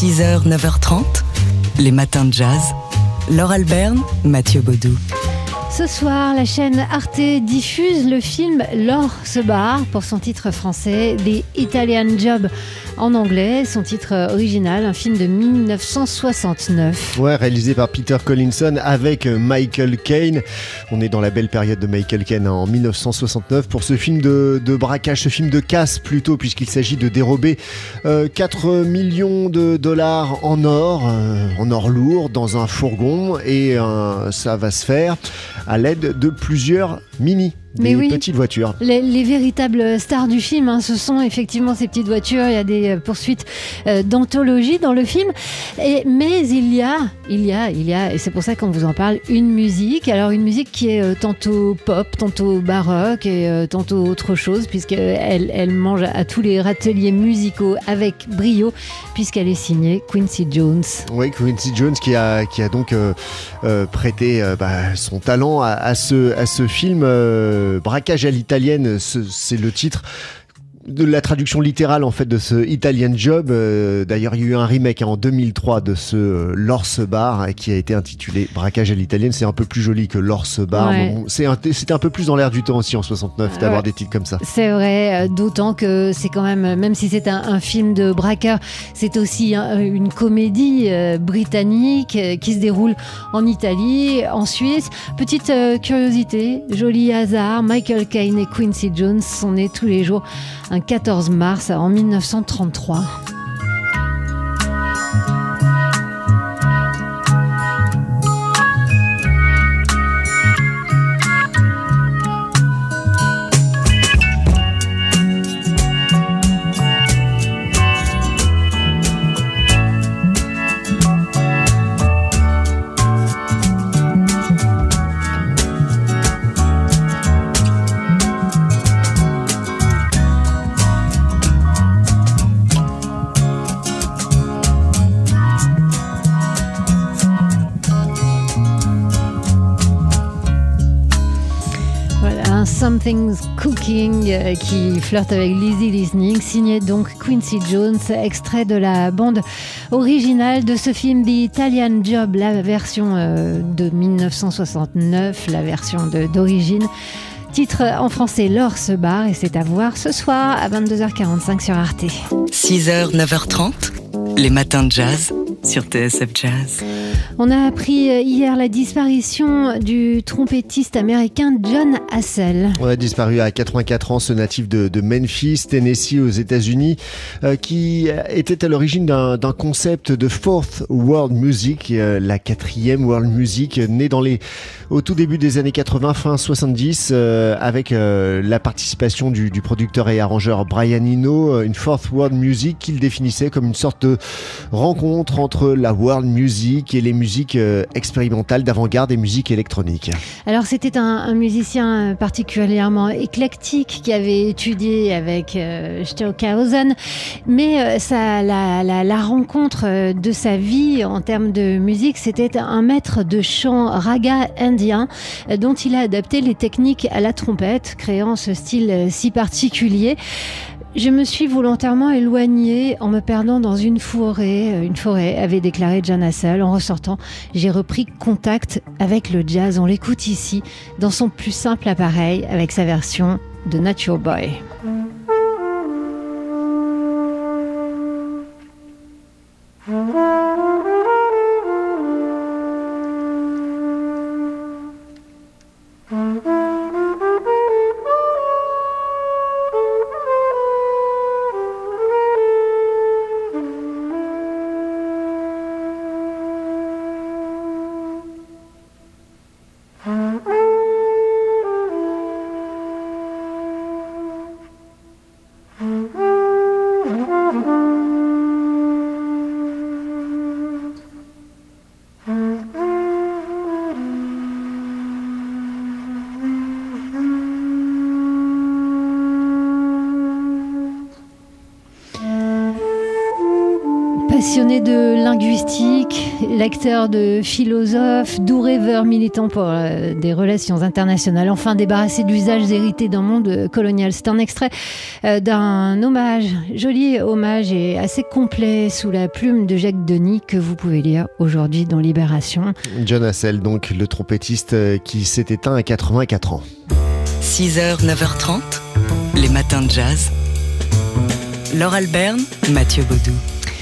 6h, 9h30, les matins de jazz. Laure Alberne, Mathieu Baudou. Ce soir, la chaîne Arte diffuse le film L'or se barre pour son titre français, The Italian Job en anglais, son titre original, un film de 1969. Ouais, réalisé par Peter Collinson avec Michael Caine. On est dans la belle période de Michael Caine en 1969 pour ce film de braquage, ce film de casse plutôt, puisqu'il s'agit de dérober 4 millions de dollars en or lourd dans un fourgon, et ça va se faire à l'aide de plusieurs petites voitures. Les véritables stars du film, ce sont effectivement ces petites voitures. Il y a des poursuites d'anthologie dans le film. Mais il y a, et c'est pour ça qu'on vous en parle, une musique. Alors une musique qui est tantôt pop, tantôt baroque et tantôt autre chose, puisqu'elle mange à tous les râteliers musicaux avec brio, puisqu'elle est signée Quincy Jones. Oui, Quincy Jones qui a donc prêté son talent à ce film. Braquage à l'italienne, c'est le titre de la traduction littérale en fait de ce Italian Job. D'ailleurs, il y a eu un remake en 2003 de ce L'or se barre qui a été intitulé Braquage à l'italienne. C'est un peu plus joli que L'or se barre. Ouais. Bon, c'était un peu plus dans l'air du temps aussi en 69 d'avoir des titres comme ça. C'est vrai, d'autant que c'est quand même si c'est un film de braqueur, c'est aussi une comédie britannique qui se déroule en Italie, en Suisse. Petite curiosité, joli hasard, Michael Caine et Quincy Jones sont nés tous les jours un 14 mars en 1933. Something's Cooking qui flirte avec l'easy listening, signé donc Quincy Jones, extrait de la bande originale de ce film The Italian Job, la version de 1969, la version d'origine. Titre en français L'or se barre, et c'est à voir ce soir à 22h45 sur Arte. 6h, 9h30, les matins de jazz sur TSF Jazz. On a appris hier la disparition du trompettiste américain John Hassell. On a disparu à 84 ans, ce natif de Memphis, Tennessee, aux États-Unis, qui était à l'origine d'un concept de Fourth World Music, la quatrième World Music, née au tout début des années 80, fin 70, avec la participation du producteur et arrangeur Brian Eno, une Fourth World Music qu'il définissait comme une sorte de rencontre entre la world music et les musiques expérimentales d'avant-garde et musique électronique. Alors c'était un musicien particulièrement éclectique qui avait étudié avec Stockhausen, mais la rencontre de sa vie en termes de musique, c'était un maître de chant raga indien dont il a adapté les techniques à la trompette, créant ce style si particulier. Je me suis volontairement éloignée en me perdant dans une forêt, avait déclaré John Hassell. En ressortant, j'ai repris contact avec le jazz. On l'écoute ici, dans son plus simple appareil, avec sa version de Nature Boy. passionné de linguistique, lecteur de philosophes, doux rêveur militant pour des relations internationales, enfin débarrassé d'usages hérités d'un monde colonial. C'est un extrait d'un hommage, joli hommage et assez complet sous la plume de Jacques Denis que vous pouvez lire aujourd'hui dans Libération. John Hassell, donc le trompettiste qui s'est éteint à 84 ans. 6h, 9h30, les matins de jazz. Laure Alberne, Mathieu Baudou.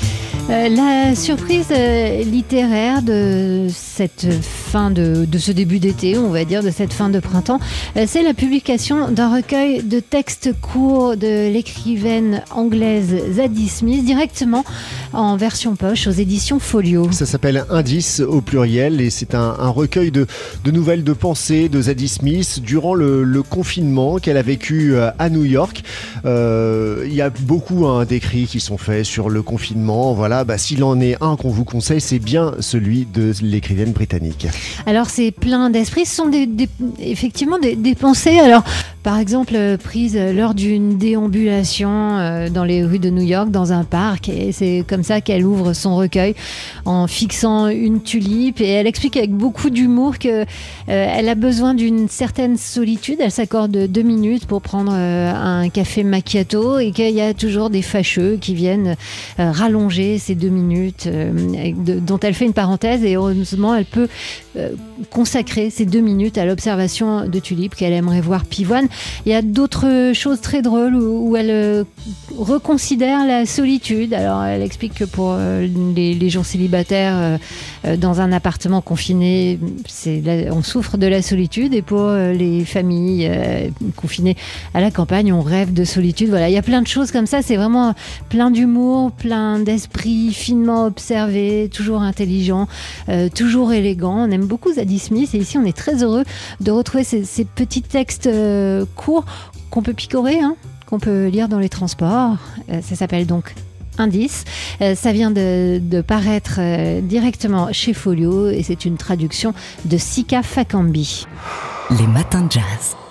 La surprise littéraire de cette fin de ce début d'été, on va dire, de cette fin de printemps, c'est la publication d'un recueil de textes courts de l'écrivaine anglaise Zadie Smith, directement en version poche aux éditions Folio. Ça s'appelle Indice au pluriel et c'est un recueil de nouvelles de pensée de Zadie Smith durant le confinement qu'elle a vécu à New York. Il y a beaucoup d'écrits qui sont faits sur le confinement. Voilà, s'il en est un qu'on vous conseille, c'est bien celui de l'écrivaine britannique. Alors c'est plein d'esprit, ce sont effectivement des pensées. Alors par exemple prises lors d'une déambulation dans les rues de New York, dans un parc, et c'est comme ça qu'elle ouvre son recueil en fixant une tulipe, et elle explique avec beaucoup d'humour que elle a besoin d'une certaine solitude. Elle s'accorde 2 minutes pour prendre un café macchiato, et qu'il y a toujours des fâcheux qui viennent rallonger ces 2 minutes dont elle fait une parenthèse, et heureusement elle peut consacrer ces 2 minutes à l'observation de tulipes qu'elle aimerait voir pivoine. Il y a d'autres choses très drôles où elle reconsidère la solitude. Alors elle explique que pour les gens célibataires dans un appartement confiné, on souffre de la solitude, et pour les familles confinées à la campagne, on rêve de solitude. Voilà, il y a plein de choses comme ça, c'est vraiment plein d'humour, plein d'esprit, finement observé, toujours intelligent, toujours élégant. On aime beaucoup Zadie Smith, et ici on est très heureux de retrouver ces petits textes courts qu'on peut picorer, qu'on peut lire dans les transports. Ça s'appelle donc Indice. Ça vient de paraître directement chez Folio, et c'est une traduction de Sika Fakambi. Les matins de jazz.